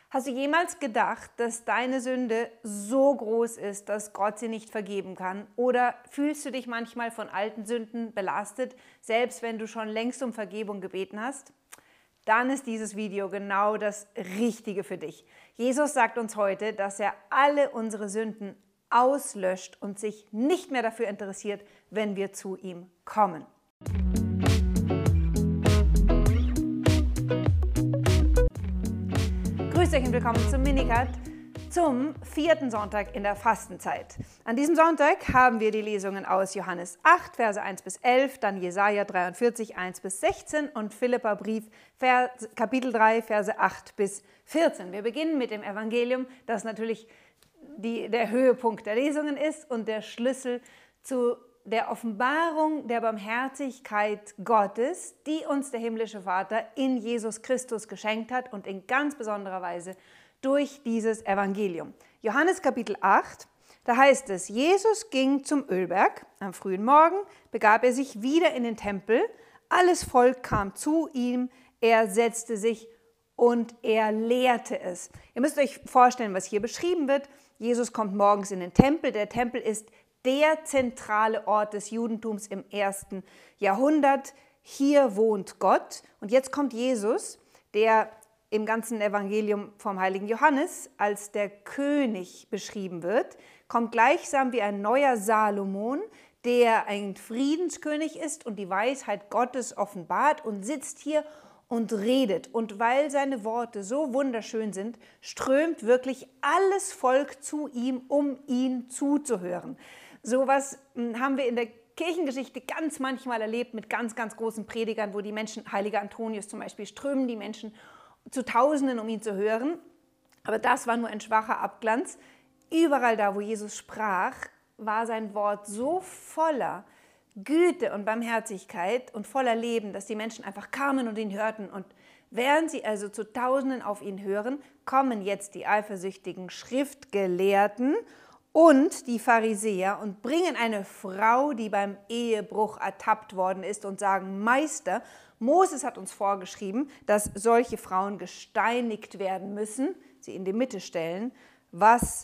Hast du jemals gedacht, dass deine Sünde so groß ist, dass Gott sie nicht vergeben kann? Oder fühlst du dich manchmal von alten Sünden belastet, selbst wenn du schon längst um Vergebung gebeten hast? Dann ist dieses Video genau das Richtige für dich. Jesus sagt uns heute, dass er alle unsere Sünden auslöscht und sich nicht mehr dafür interessiert, wenn wir zu ihm kommen. Grüß euch und willkommen zum Minicut, zum 4. Sonntag in der Fastenzeit. An diesem Sonntag haben wir die Lesungen aus Johannes 8, Verse 1 bis 11, dann Jesaja 43, 1 bis 16 und Philipperbrief, Kapitel 3, Verse 8 bis 14. Wir beginnen mit dem Evangelium, das natürlich der Höhepunkt der Lesungen ist und der Schlüssel zu der Offenbarung der Barmherzigkeit Gottes, die uns der himmlische Vater in Jesus Christus geschenkt hat und in ganz besonderer Weise durch dieses Evangelium. Johannes Kapitel 8, da heißt es, Jesus ging zum Ölberg, am frühen Morgen begab er sich wieder in den Tempel, alles Volk kam zu ihm, er setzte sich und er lehrte es. Ihr müsst euch vorstellen, was hier beschrieben wird. Jesus kommt morgens in den Tempel, der Tempel ist der zentrale Ort des Judentums im 1. Jahrhundert. Hier wohnt Gott. Und jetzt kommt Jesus, der im ganzen Evangelium vom heiligen Johannes als der König beschrieben wird, kommt gleichsam wie ein neuer Salomon, der ein Friedenskönig ist und die Weisheit Gottes offenbart und sitzt hier und redet. Und weil seine Worte so wunderschön sind, strömt wirklich alles Volk zu ihm, um ihn zuzuhören. Sowas haben wir in der Kirchengeschichte ganz manchmal erlebt mit ganz, ganz großen Predigern, wo die Menschen, heiliger Antonius zum Beispiel, strömen die Menschen zu Tausenden, um ihn zu hören. Aber das war nur ein schwacher Abglanz. Überall da, wo Jesus sprach, war sein Wort so voller Güte und Barmherzigkeit und voller Leben, dass die Menschen einfach kamen und ihn hörten. Und während sie also zu Tausenden auf ihn hören, kommen jetzt die eifersüchtigen Schriftgelehrten und die Pharisäer und bringen eine Frau, die beim Ehebruch ertappt worden ist, und sagen, Meister, Moses hat uns vorgeschrieben, dass solche Frauen gesteinigt werden müssen, sie in die Mitte stellen. Was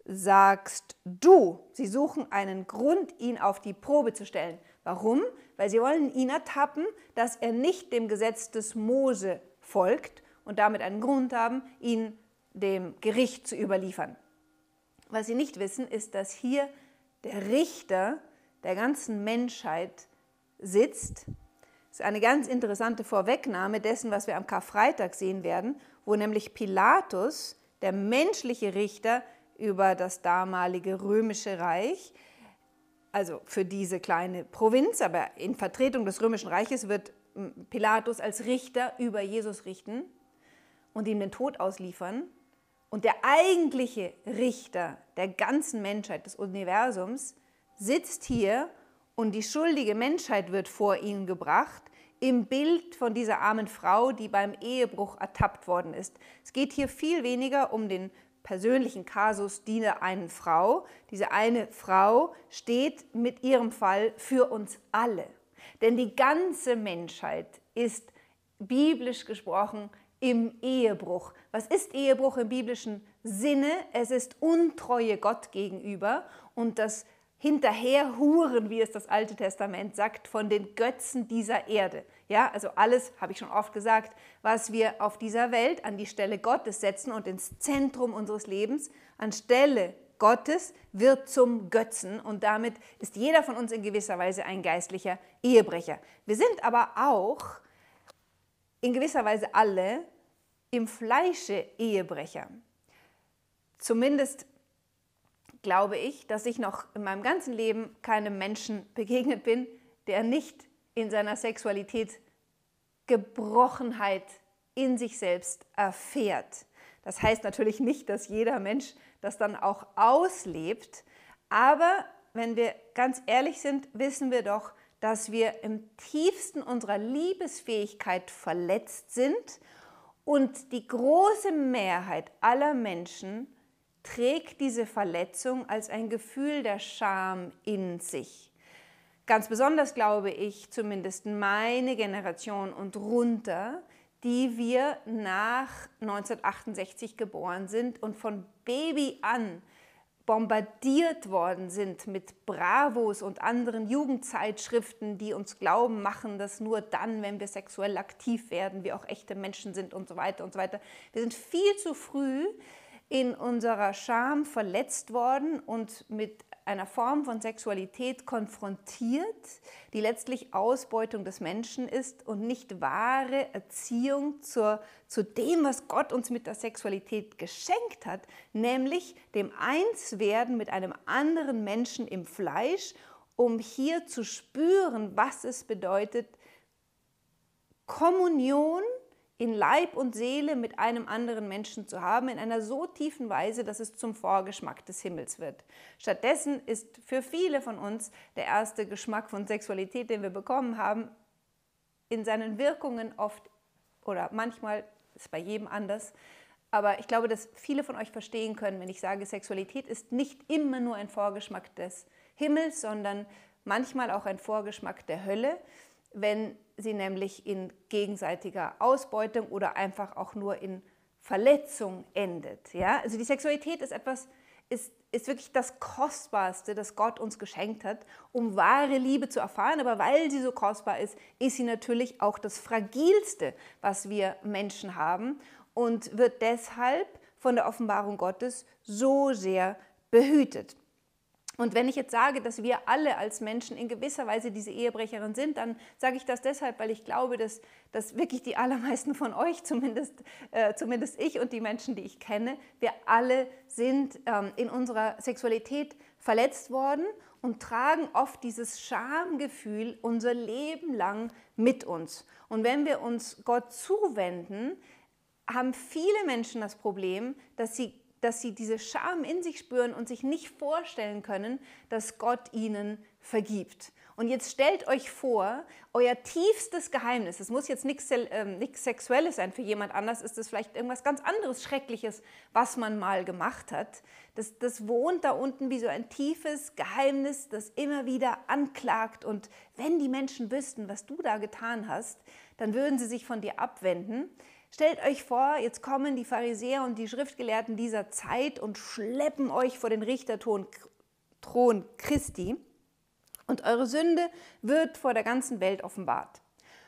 sagst du? Sie suchen einen Grund, ihn auf die Probe zu stellen. Warum? Weil sie wollen ihn ertappen, dass er nicht dem Gesetz des Mose folgt und damit einen Grund haben, ihn dem Gericht zu überliefern. Was sie nicht wissen, ist, dass hier der Richter der ganzen Menschheit sitzt. Das ist eine ganz interessante Vorwegnahme dessen, was wir am Karfreitag sehen werden, wo nämlich Pilatus, der menschliche Richter über das damalige römische Reich, also für diese kleine Provinz, aber in Vertretung des römischen Reiches wird Pilatus als Richter über Jesus richten und ihm den Tod ausliefern. Und der eigentliche Richter der ganzen Menschheit, des Universums, sitzt hier und die schuldige Menschheit wird vor ihn gebracht, im Bild von dieser armen Frau, die beim Ehebruch ertappt worden ist. Es geht hier viel weniger um den persönlichen Kasus dieser einen Frau. Diese eine Frau steht mit ihrem Fall für uns alle. Denn die ganze Menschheit ist biblisch gesprochen im Ehebruch. Was ist Ehebruch im biblischen Sinne? Es ist Untreue Gott gegenüber und das Hinterherhuren, wie es das Alte Testament sagt, von den Götzen dieser Erde. Ja, also alles, habe ich schon oft gesagt, was wir auf dieser Welt an die Stelle Gottes setzen und ins Zentrum unseres Lebens, anstelle Gottes, wird zum Götzen und damit ist jeder von uns in gewisser Weise ein geistlicher Ehebrecher. Wir sind aber auch in gewisser Weise alle im Fleische Ehebrecher. Zumindest glaube ich, dass ich noch in meinem ganzen Leben keinem Menschen begegnet bin, der nicht in seiner Sexualität Gebrochenheit in sich selbst erfährt. Das heißt natürlich nicht, dass jeder Mensch das dann auch auslebt, aber wenn wir ganz ehrlich sind, wissen wir doch, dass wir im tiefsten unserer Liebesfähigkeit verletzt sind und die große Mehrheit aller Menschen trägt diese Verletzung als ein Gefühl der Scham in sich. Ganz besonders glaube ich, zumindest meine Generation und runter, die wir nach 1968 geboren sind und von Baby an bombardiert worden sind mit Bravos und anderen Jugendzeitschriften, die uns glauben machen, dass nur dann, wenn wir sexuell aktiv werden, wir auch echte Menschen sind und so weiter und so weiter. Wir sind viel zu früh in unserer Scham verletzt worden und mit einer Form von Sexualität konfrontiert, die letztlich Ausbeutung des Menschen ist und nicht wahre Erziehung zu dem, was Gott uns mit der Sexualität geschenkt hat, nämlich dem Einswerden mit einem anderen Menschen im Fleisch, um hier zu spüren, was es bedeutet, Kommunion in Leib und Seele mit einem anderen Menschen zu haben, in einer so tiefen Weise, dass es zum Vorgeschmack des Himmels wird. Stattdessen ist für viele von uns der erste Geschmack von Sexualität, den wir bekommen haben, in seinen Wirkungen oft oder manchmal, ist bei jedem anders, aber ich glaube, dass viele von euch verstehen können, wenn ich sage, Sexualität ist nicht immer nur ein Vorgeschmack des Himmels, sondern manchmal auch ein Vorgeschmack der Hölle, wenn sie nämlich in gegenseitiger Ausbeutung oder einfach auch nur in Verletzung endet. Ja? Also die Sexualität ist ist wirklich das Kostbarste, das Gott uns geschenkt hat, um wahre Liebe zu erfahren. Aber weil sie so kostbar ist, ist sie natürlich auch das Fragilste, was wir Menschen haben und wird deshalb von der Offenbarung Gottes so sehr behütet. Und wenn ich jetzt sage, dass wir alle als Menschen in gewisser Weise diese Ehebrecherin sind, dann sage ich das deshalb, weil ich glaube, dass wirklich die allermeisten von euch, zumindest ich und die Menschen, die ich kenne, wir alle sind in unserer Sexualität verletzt worden und tragen oft dieses Schamgefühl unser Leben lang mit uns. Und wenn wir uns Gott zuwenden, haben viele Menschen das Problem, dass sie diese Scham in sich spüren und sich nicht vorstellen können, dass Gott ihnen vergibt. Und jetzt stellt euch vor, euer tiefstes Geheimnis, es muss jetzt nichts Sexuelles sein, für jemand anders ist es vielleicht irgendwas ganz anderes, Schreckliches, was man mal gemacht hat. Das wohnt da unten wie so ein tiefes Geheimnis, das immer wieder anklagt. Und wenn die Menschen wüssten, was du da getan hast, dann würden sie sich von dir abwenden. Stellt euch vor, jetzt kommen die Pharisäer und die Schriftgelehrten dieser Zeit und schleppen euch vor den Richterthron Christi und eure Sünde wird vor der ganzen Welt offenbart.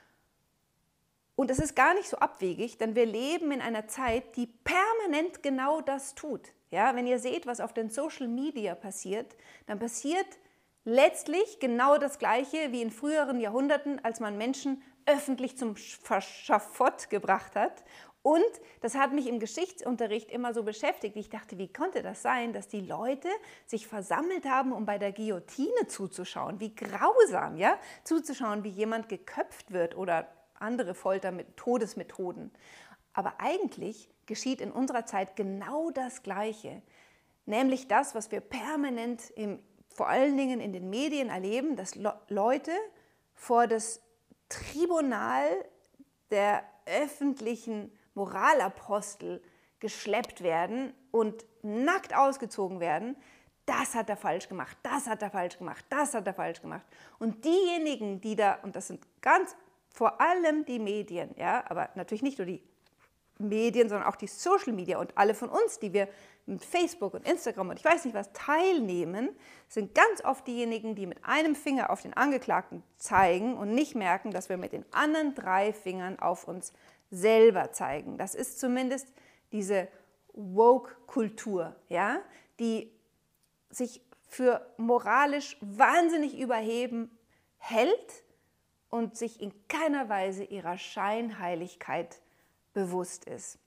Und es ist gar nicht so abwegig, denn wir leben in einer Zeit, die permanent genau das tut. Ja, wenn ihr seht, was auf den Social Media passiert, dann passiert letztlich genau das Gleiche wie in früheren Jahrhunderten, als man Menschen öffentlich zum Schafott gebracht hat. Und das hat mich im Geschichtsunterricht immer so beschäftigt. Ich dachte, wie konnte das sein, dass die Leute sich versammelt haben, um bei der Guillotine zuzuschauen? Wie grausam, ja? Zuzuschauen, wie jemand geköpft wird oder andere Folter mit Todesmethoden. Aber eigentlich geschieht in unserer Zeit genau das Gleiche. Nämlich das, was wir permanent vor allen Dingen in den Medien erleben, dass Leute vor das Tribunal der öffentlichen Moralapostel geschleppt werden und nackt ausgezogen werden. Das hat er falsch gemacht, das hat er falsch gemacht, das hat er falsch gemacht. Und diejenigen, die da, und das sind ganz vor allem die Medien, ja, aber natürlich nicht nur die Medien, sondern auch die Social Media und alle von uns, die wir mit Facebook und Instagram und ich weiß nicht was teilnehmen, sind ganz oft diejenigen, die mit einem Finger auf den Angeklagten zeigen und nicht merken, dass wir mit den anderen 3 Fingern auf uns selber zeigen. Das ist zumindest diese Woke-Kultur, ja, die sich für moralisch wahnsinnig überheben hält und sich in keiner Weise ihrer Scheinheiligkeit bewusst ist.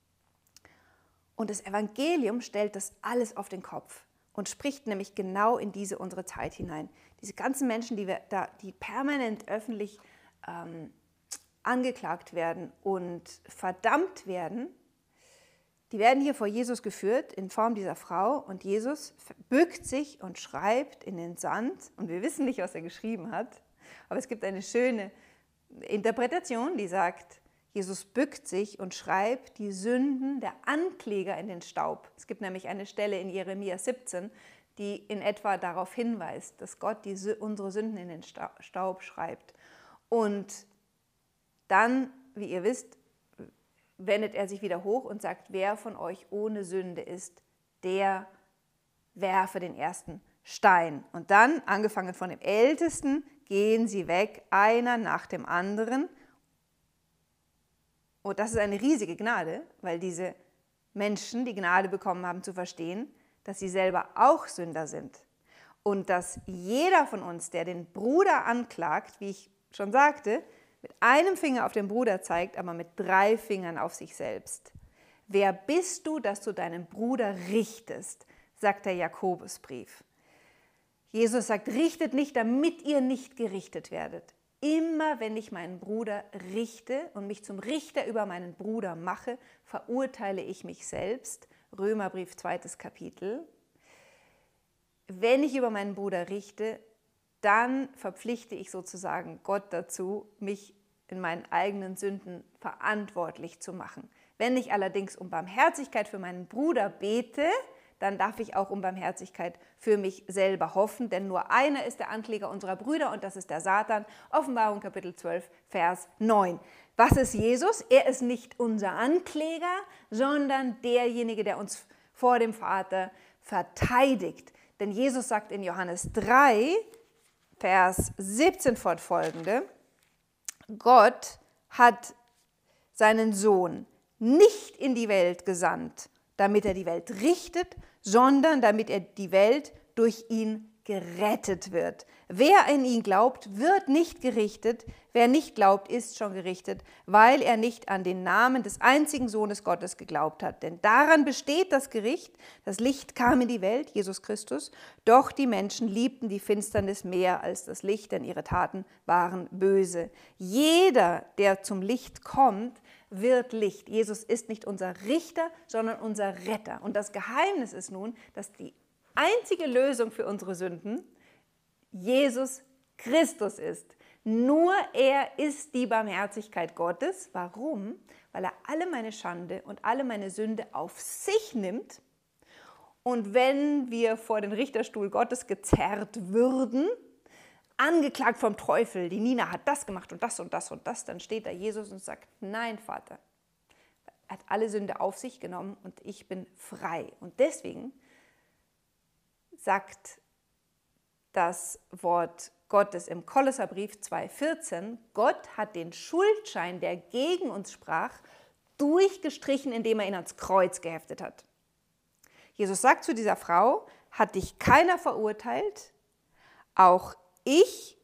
Und das Evangelium stellt das alles auf den Kopf und spricht nämlich genau in diese unsere Zeit hinein. Diese ganzen Menschen, die permanent öffentlich angeklagt werden und verdammt werden, die werden hier vor Jesus geführt in Form dieser Frau und Jesus bückt sich und schreibt in den Sand und wir wissen nicht, was er geschrieben hat, aber es gibt eine schöne Interpretation, die sagt, Jesus bückt sich und schreibt die Sünden der Ankläger in den Staub. Es gibt nämlich eine Stelle in Jeremia 17, die in etwa darauf hinweist, dass Gott unsere Sünden in den Staub schreibt. Und dann, wie ihr wisst, wendet er sich wieder hoch und sagt, wer von euch ohne Sünde ist, der werfe den ersten Stein. Und dann, angefangen von dem Ältesten, gehen sie weg, einer nach dem anderen. Und das ist eine riesige Gnade, weil diese Menschen die Gnade bekommen haben zu verstehen, dass sie selber auch Sünder sind. Und dass jeder von uns, der den Bruder anklagt, wie ich schon sagte, mit einem Finger auf den Bruder zeigt, aber mit 3 Fingern auf sich selbst. Wer bist du, dass du deinen Bruder richtest, sagt der Jakobusbrief. Jesus sagt, richtet nicht, damit ihr nicht gerichtet werdet. Immer wenn ich meinen Bruder richte und mich zum Richter über meinen Bruder mache, verurteile ich mich selbst. Römerbrief 2. Kapitel. Wenn ich über meinen Bruder richte, dann verpflichte ich sozusagen Gott dazu, mich in meinen eigenen Sünden verantwortlich zu machen. Wenn ich allerdings um Barmherzigkeit für meinen Bruder bete, dann darf ich auch um Barmherzigkeit für mich selber hoffen, denn nur einer ist der Ankläger unserer Brüder und das ist der Satan. Offenbarung Kapitel 12, Vers 9. Was ist Jesus? Er ist nicht unser Ankläger, sondern derjenige, der uns vor dem Vater verteidigt. Denn Jesus sagt in Johannes 3, Vers 17 fortfolgende, Gott hat seinen Sohn nicht in die Welt gesandt, damit er die Welt richtet, sondern damit er die Welt durch ihn gerettet wird. Wer an ihn glaubt, wird nicht gerichtet. Wer nicht glaubt, ist schon gerichtet, weil er nicht an den Namen des einzigen Sohnes Gottes geglaubt hat. Denn daran besteht das Gericht. Das Licht kam in die Welt, Jesus Christus, doch die Menschen liebten die Finsternis mehr als das Licht, denn ihre Taten waren böse. Jeder, der zum Licht kommt, wird Licht. Jesus ist nicht unser Richter, sondern unser Retter. Und das Geheimnis ist nun, dass die einzige Lösung für unsere Sünden Jesus Christus ist. Nur er ist die Barmherzigkeit Gottes. Warum? Weil er alle meine Schande und alle meine Sünde auf sich nimmt. Und wenn wir vor den Richterstuhl Gottes gezerrt würden, angeklagt vom Teufel, die Nina hat das gemacht und das und das und das, dann steht da Jesus und sagt, nein, Vater, er hat alle Sünde auf sich genommen und ich bin frei. Und deswegen sagt das Wort Gottes im Kolosserbrief 2,14, Gott hat den Schuldschein, der gegen uns sprach, durchgestrichen, indem er ihn ans Kreuz geheftet hat. Jesus sagt zu dieser Frau, hat dich keiner verurteilt, auch ich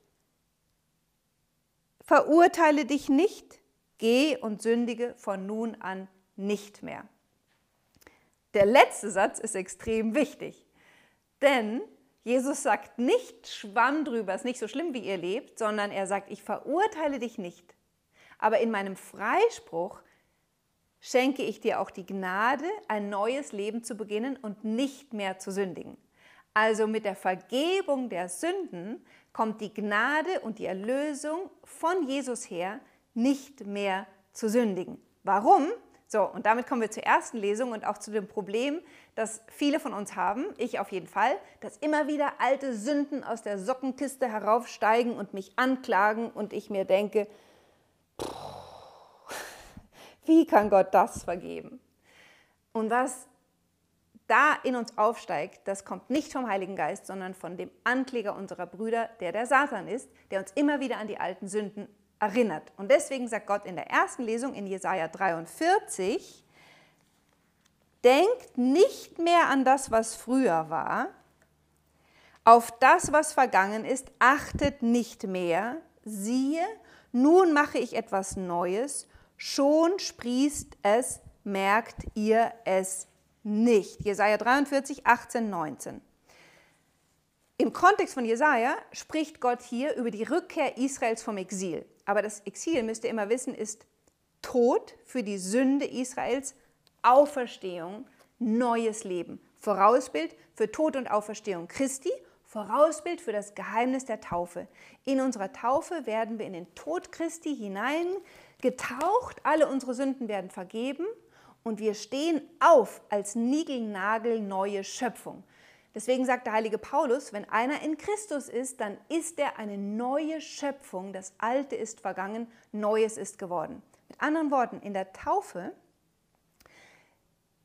verurteile dich nicht, geh und sündige von nun an nicht mehr. Der letzte Satz ist extrem wichtig, denn Jesus sagt nicht, schwamm drüber, ist nicht so schlimm, wie ihr lebt, sondern er sagt, ich verurteile dich nicht, aber in meinem Freispruch schenke ich dir auch die Gnade, ein neues Leben zu beginnen und nicht mehr zu sündigen. Also mit der Vergebung der Sünden kommt die Gnade und die Erlösung von Jesus her, nicht mehr zu sündigen. Warum? So, und damit kommen wir zur ersten Lesung und auch zu dem Problem, das viele von uns haben, ich auf jeden Fall, dass immer wieder alte Sünden aus der Sockenkiste heraufsteigen und mich anklagen und ich mir denke, wie kann Gott das vergeben? Und was da in uns aufsteigt, das kommt nicht vom Heiligen Geist, sondern von dem Ankläger unserer Brüder, der Satan ist, der uns immer wieder an die alten Sünden erinnert. Und deswegen sagt Gott in der ersten Lesung in Jesaja 43, denkt nicht mehr an das, was früher war, auf das, was vergangen ist, achtet nicht mehr, siehe, nun mache ich etwas Neues, schon sprießt es, merkt ihr es nicht. Jesaja 43, 18, 19. Im Kontext von Jesaja spricht Gott hier über die Rückkehr Israels vom Exil. Aber das Exil, müsst ihr immer wissen, ist Tod für die Sünde Israels, Auferstehung, neues Leben. Vorausbild für Tod und Auferstehung Christi, Vorausbild für das Geheimnis der Taufe. In unserer Taufe werden wir in den Tod Christi hineingetaucht, alle unsere Sünden werden vergeben und wir stehen auf als niegelnagelneue Schöpfung. Deswegen sagt der heilige Paulus, wenn einer in Christus ist, dann ist er eine neue Schöpfung. Das Alte ist vergangen, Neues ist geworden. Mit anderen Worten, in der Taufe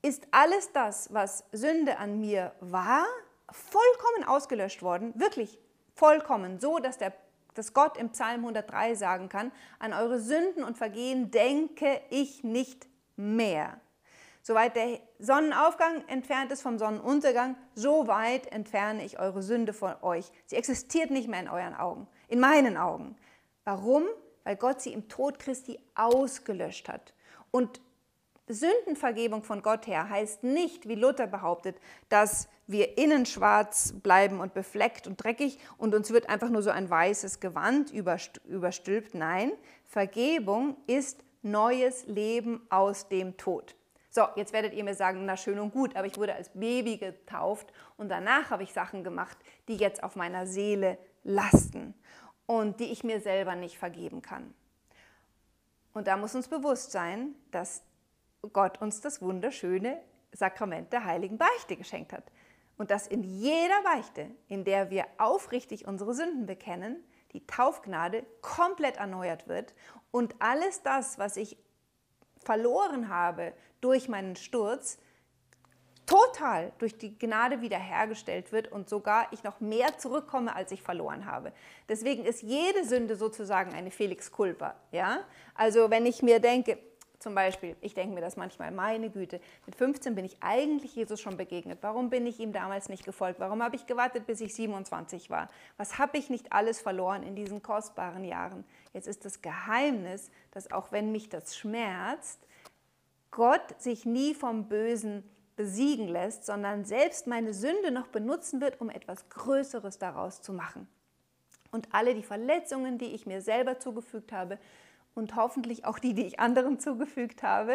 ist alles das, was Sünde an mir war, vollkommen ausgelöscht worden, wirklich vollkommen, so dass Gott im Psalm 103 sagen kann, an eure Sünden und Vergehen denke ich nicht mehr. Soweit der Sonnenaufgang entfernt ist vom Sonnenuntergang, so weit entferne ich eure Sünde von euch. Sie existiert nicht mehr in euren Augen, in meinen Augen. Warum? Weil Gott sie im Tod Christi ausgelöscht hat. Und Sündenvergebung von Gott her heißt nicht, wie Luther behauptet, dass wir innen schwarz bleiben und befleckt und dreckig und uns wird einfach nur so ein weißes Gewand überstülpt. Nein, Vergebung ist neues Leben aus dem Tod. So, jetzt werdet ihr mir sagen, na schön und gut, aber ich wurde als Baby getauft und danach habe ich Sachen gemacht, die jetzt auf meiner Seele lasten und die ich mir selber nicht vergeben kann. Und da muss uns bewusst sein, dass Gott uns das wunderschöne Sakrament der heiligen Beichte geschenkt hat. Und dass in jeder Beichte, in der wir aufrichtig unsere Sünden bekennen, die Taufgnade komplett erneuert wird und alles das, was ich verloren habe durch meinen Sturz, total durch die Gnade wiederhergestellt wird und sogar ich noch mehr zurückkomme, als ich verloren habe. Deswegen ist jede Sünde sozusagen eine Felix culpa. Ja? Also wenn ich mir denke, zum Beispiel, ich denke mir das manchmal, meine Güte, mit 15 bin ich eigentlich Jesus schon begegnet. Warum bin ich ihm damals nicht gefolgt? Warum habe ich gewartet, bis ich 27 war? Was habe ich nicht alles verloren in diesen kostbaren Jahren? Jetzt ist das Geheimnis, dass auch wenn mich das schmerzt, Gott sich nie vom Bösen besiegen lässt, sondern selbst meine Sünde noch benutzen wird, um etwas Größeres daraus zu machen. Und alle die Verletzungen, die ich mir selber zugefügt habe, und hoffentlich auch die ich anderen zugefügt habe,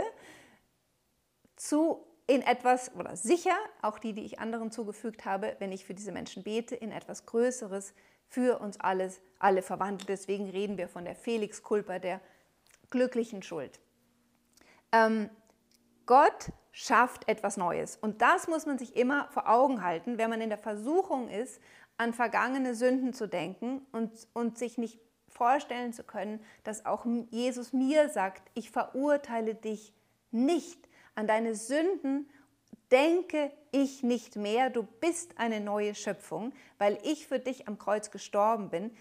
sicher auch die ich anderen zugefügt habe, wenn ich für diese Menschen bete, in etwas Größeres für uns alle verwandelt. Deswegen reden wir von der Felix culpa, der glücklichen Schuld. Gott schafft etwas Neues und das muss man sich immer vor Augen halten, wenn man in der Versuchung ist, an vergangene Sünden zu denken und sich nicht vorstellen zu können, dass auch Jesus mir sagt, ich verurteile dich nicht. An deine Sünden denke ich nicht mehr. Du bist eine neue Schöpfung, weil ich für dich am Kreuz gestorben bin.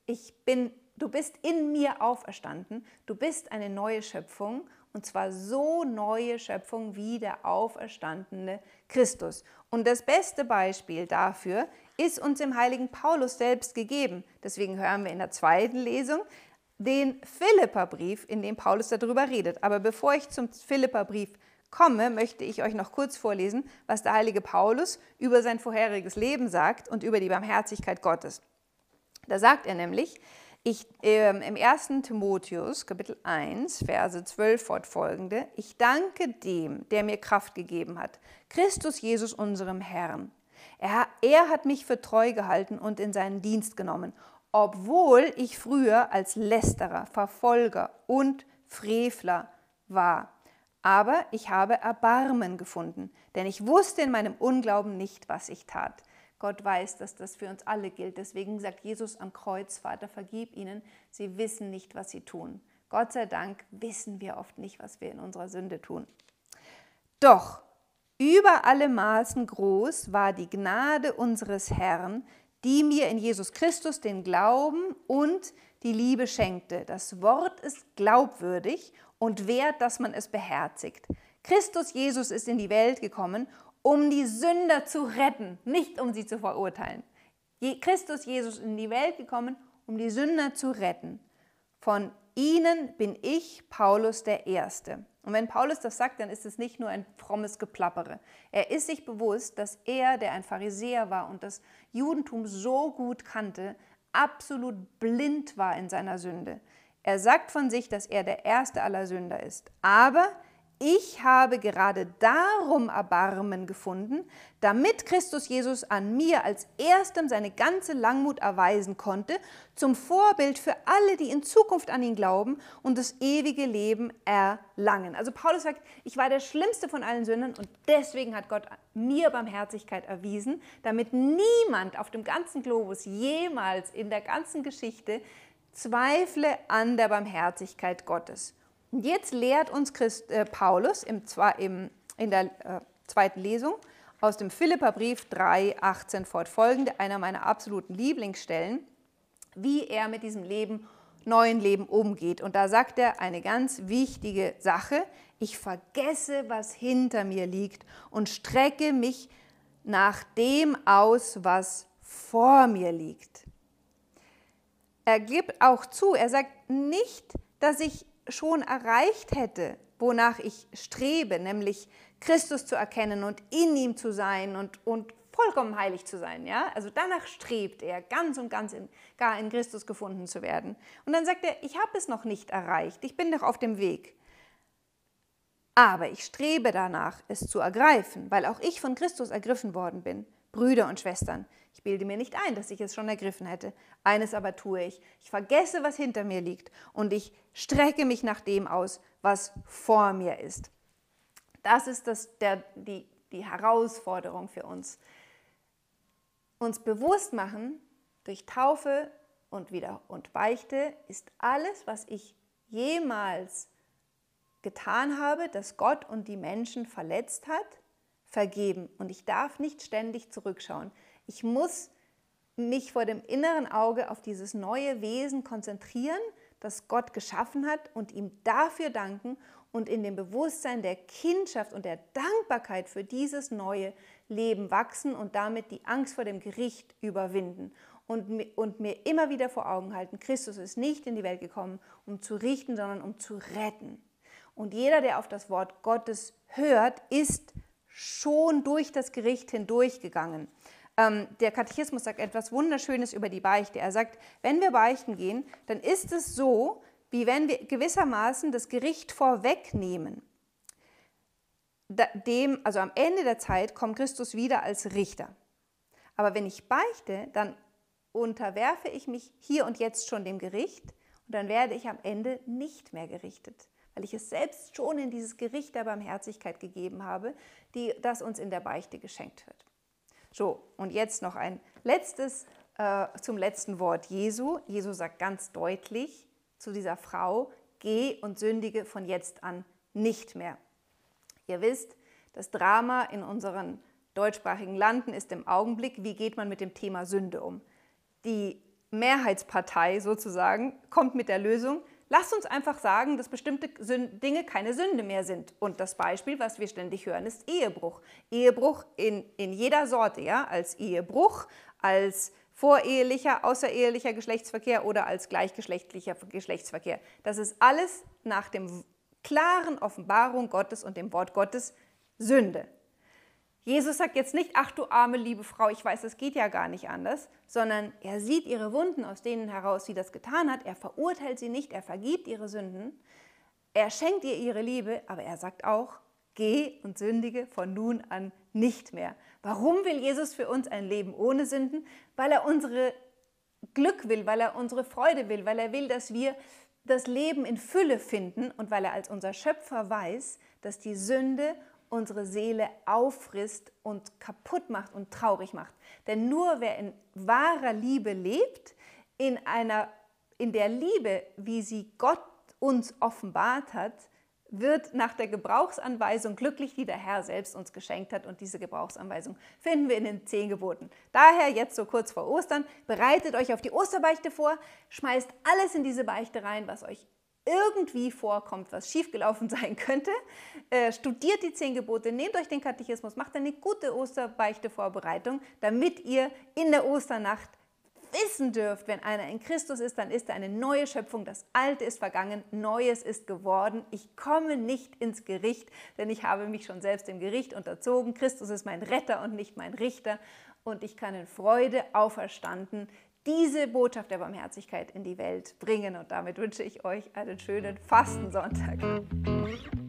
Du bist in mir auferstanden. Du bist eine neue Schöpfung und zwar so neue Schöpfung wie der auferstandene Christus. Und das beste Beispiel dafür ist uns im heiligen Paulus selbst gegeben. Deswegen hören wir in der zweiten Lesung den Philipperbrief, in dem Paulus darüber redet. Aber bevor ich zum Philipperbrief komme, möchte ich euch noch kurz vorlesen, was der heilige Paulus über sein vorheriges Leben sagt und über die Barmherzigkeit Gottes. Da sagt er nämlich, im 1. Timotheus, Kapitel 1, Verse 12 fortfolgende, ich danke dem, der mir Kraft gegeben hat, Christus Jesus, unserem Herrn. Er hat mich für treu gehalten und in seinen Dienst genommen, obwohl ich früher als Lästerer, Verfolger und Frevler war. Aber ich habe Erbarmen gefunden, denn ich wusste in meinem Unglauben nicht, was ich tat. Gott weiß, dass das für uns alle gilt. Deswegen sagt Jesus am Kreuz, Vater, vergib ihnen, sie wissen nicht, was sie tun. Gott sei Dank wissen wir oft nicht, was wir in unserer Sünde tun. Doch über alle Maßen groß war die Gnade unseres Herrn, die mir in Jesus Christus den Glauben und die Liebe schenkte. Das Wort ist glaubwürdig und wert, dass man es beherzigt. Christus Jesus ist in die Welt gekommen, um die Sünder zu retten, nicht um sie zu verurteilen. Christus Jesus ist in die Welt gekommen, um die Sünder zu retten. Von ihnen bin ich, Paulus, der Erste. Und wenn Paulus das sagt, dann ist es nicht nur ein frommes Geplappere. Er ist sich bewusst, dass er, der ein Pharisäer war und das Judentum so gut kannte, absolut blind war in seiner Sünde. Er sagt von sich, dass er der Erste aller Sünder ist. Aber ich habe gerade darum Erbarmen gefunden, damit Christus Jesus an mir als Erstem seine ganze Langmut erweisen konnte, zum Vorbild für alle, die in Zukunft an ihn glauben und das ewige Leben erlangen. Also Paulus sagt, ich war der schlimmste von allen Sündern und deswegen hat Gott mir Barmherzigkeit erwiesen, damit niemand auf dem ganzen Globus jemals in der ganzen Geschichte zweifle an der Barmherzigkeit Gottes. Und jetzt lehrt uns Paulus, zwar im in der zweiten Lesung aus dem Philipperbrief 3,18 fortfolgende, einer meiner absoluten Lieblingsstellen, wie er mit diesem neuen Leben umgeht. Und da sagt er eine ganz wichtige Sache: Ich vergesse, was hinter mir liegt und strecke mich nach dem aus, was vor mir liegt. Er gibt auch zu, er sagt nicht, dass ich schon erreicht hätte, wonach ich strebe, nämlich Christus zu erkennen und in ihm zu sein und vollkommen heilig zu sein. Ja? Also danach strebt er, ganz und ganz gar in Christus gefunden zu werden. Und dann sagt er, ich habe es noch nicht erreicht, ich bin noch auf dem Weg. Aber ich strebe danach, es zu ergreifen, weil auch ich von Christus ergriffen worden bin. Brüder und Schwestern, ich bilde mir nicht ein, dass ich es schon ergriffen hätte. Eines aber tue ich: Ich vergesse, was hinter mir liegt, und ich strecke mich nach dem aus, was vor mir ist. Das ist die Herausforderung für uns. Uns bewusst machen, durch Taufe und Beichte ist alles, was ich jemals getan habe, das Gott und die Menschen verletzt hat, vergeben. Und ich darf nicht ständig zurückschauen. Ich muss mich vor dem inneren Auge auf dieses neue Wesen konzentrieren, das Gott geschaffen hat, und ihm dafür danken und in dem Bewusstsein der Kindschaft und der Dankbarkeit für dieses neue Leben wachsen und damit die Angst vor dem Gericht überwinden. Und mir immer wieder vor Augen halten, Christus ist nicht in die Welt gekommen, um zu richten, sondern um zu retten. Und jeder, der auf das Wort Gottes hört, ist schon durch das Gericht hindurchgegangen. Der Katechismus sagt etwas Wunderschönes über die Beichte. Er sagt, wenn wir beichten gehen, dann ist es so, wie wenn wir gewissermaßen das Gericht vorwegnehmen. Also am Ende der Zeit kommt Christus wieder als Richter. Aber wenn ich beichte, dann unterwerfe ich mich hier und jetzt schon dem Gericht, und dann werde ich am Ende nicht mehr gerichtet, weil ich es selbst schon in dieses Gericht der Barmherzigkeit gegeben habe, das uns in der Beichte geschenkt wird. So, und jetzt noch ein letztes zum letzten Wort Jesu. Jesus sagt ganz deutlich zu dieser Frau: Geh und sündige von jetzt an nicht mehr. Ihr wisst, das Drama in unseren deutschsprachigen Landen ist im Augenblick, wie geht man mit dem Thema Sünde um? Die Mehrheitspartei sozusagen kommt mit der Lösung: Lasst uns einfach sagen, dass bestimmte Dinge keine Sünde mehr sind. Und das Beispiel, was wir ständig hören, ist Ehebruch. Ehebruch in jeder Sorte, ja, als Ehebruch, als vorehelicher, außerehelicher Geschlechtsverkehr oder als gleichgeschlechtlicher Geschlechtsverkehr. Das ist alles nach der klaren Offenbarung Gottes und dem Wort Gottes Sünde. Jesus sagt jetzt nicht: Ach du arme, liebe Frau, ich weiß, das geht ja gar nicht anders, sondern er sieht ihre Wunden, aus denen heraus sie das getan hat. Er verurteilt sie nicht, er vergibt ihre Sünden, er schenkt ihr ihre Liebe, aber er sagt auch: Geh und sündige von nun an nicht mehr. Warum will Jesus für uns ein Leben ohne Sünden? Weil er unsere Glück will, weil er unsere Freude will, weil er will, dass wir das Leben in Fülle finden, und weil er als unser Schöpfer weiß, dass die Sünde unsere Seele auffrisst und kaputt macht und traurig macht. Denn nur wer in wahrer Liebe lebt, in der Liebe, wie sie Gott uns offenbart hat, wird nach der Gebrauchsanweisung glücklich, die der Herr selbst uns geschenkt hat. Und diese Gebrauchsanweisung finden wir in den 10 Geboten. Daher jetzt so kurz vor Ostern, bereitet euch auf die Osterbeichte vor, schmeißt alles in diese Beichte rein, was euch irgendwie vorkommt, was schiefgelaufen sein könnte. Studiert die 10 Gebote, nehmt euch den Katechismus, macht eine gute Osterbeichte-Vorbereitung, damit ihr in der Osternacht wissen dürft, wenn einer in Christus ist, dann ist er eine neue Schöpfung. Das Alte ist vergangen, Neues ist geworden. Ich komme nicht ins Gericht, denn ich habe mich schon selbst dem Gericht unterzogen. Christus ist mein Retter und nicht mein Richter. Und ich kann in Freude auferstanden diese Botschaft der Barmherzigkeit in die Welt bringen. Und damit wünsche ich euch einen schönen Fastensonntag.